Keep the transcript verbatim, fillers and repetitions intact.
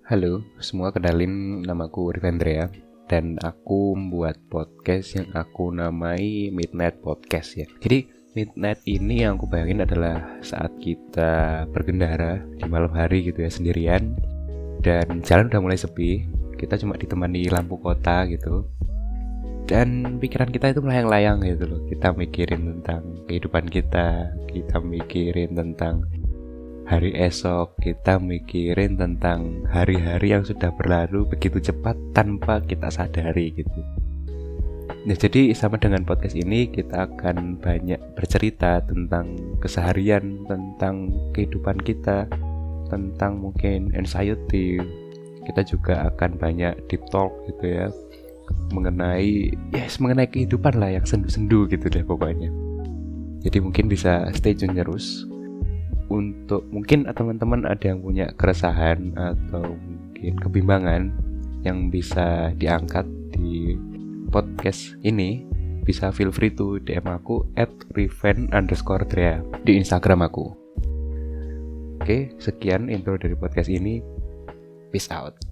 Halo, semua kenalin namaku Rivendrea dan aku membuat podcast yang aku namai Midnight Podcast ya. Jadi Midnight ini yang aku bayangin adalah saat kita berkendara di malam hari gitu ya, sendirian dan jalan udah mulai sepi, kita cuma ditemani lampu kota gitu. Dan pikiran kita itu melayang-layang gitu loh. Kita mikirin tentang kehidupan kita, kita mikirin tentang hari esok, kita mikirin tentang hari-hari yang sudah berlalu begitu cepat tanpa kita sadari gitu. Nah, jadi sama dengan podcast ini kita akan banyak bercerita tentang keseharian, tentang kehidupan kita, tentang mungkin anxiety. Kita juga akan banyak deep talk gitu ya, mengenai yes mengenai kehidupan lah yang sendu-sendu gitu deh pokoknya. Jadi mungkin bisa stay tune terus. Untuk mungkin teman-teman ada yang punya keresahan atau mungkin kebimbangan yang bisa diangkat di podcast ini, bisa feel free to D M aku at riven underscore drea di Instagram aku. Oke, sekian intro dari podcast ini. Peace out.